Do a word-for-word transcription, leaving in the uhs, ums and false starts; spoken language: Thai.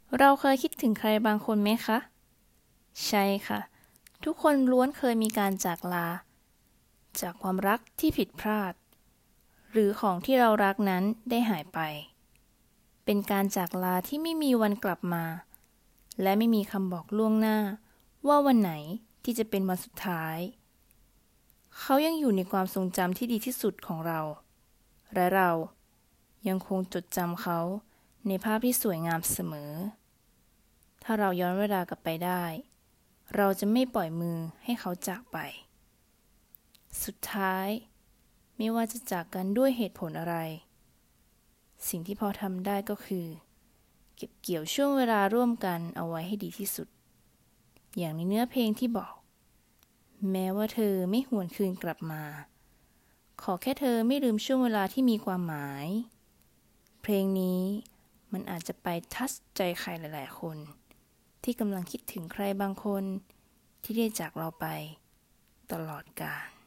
เราเคยคิดถึงใครบางคนไหมคะ ใช่ค่ะทุกคนล้วนเคยมีการจากลาจากความรักที่ผิดพลาดหรือของที่เรารักนั้นได้หายไปเป็นการจากลาที่ไม่มีวันกลับมาและไม่มีคำบอกล่วงหน้าว่าวันไหนที่จะเป็นวันสุดท้ายเขายังอยู่ในความทรงจำที่ดีที่สุดของเราและเรายังคงจดจำเขาในภาพที่สวยงามเสมอถ้าเราย้อนเวลากลับไปได้เราจะไม่ปล่อยมือให้เขาจากไปสุดท้ายไม่ว่าจะจากกันด้วยเหตุผลอะไรสิ่งที่พอทำได้ก็คือเก็บเกี่ยวช่วงเวลาร่วมกันเอาไว้ให้ดีที่สุดอย่างในเนื้อเพลงที่บอกแม้ว่าเธอไม่หวนคืนกลับมาขอแค่เธอไม่ลืมช่วงเวลาที่มีความหมายเพลงนี้มันอาจจะไปทัชใจใครหลายๆคนที่กำลังคิดถึงใครบางคนที่ได้จากเราไปตลอดกาล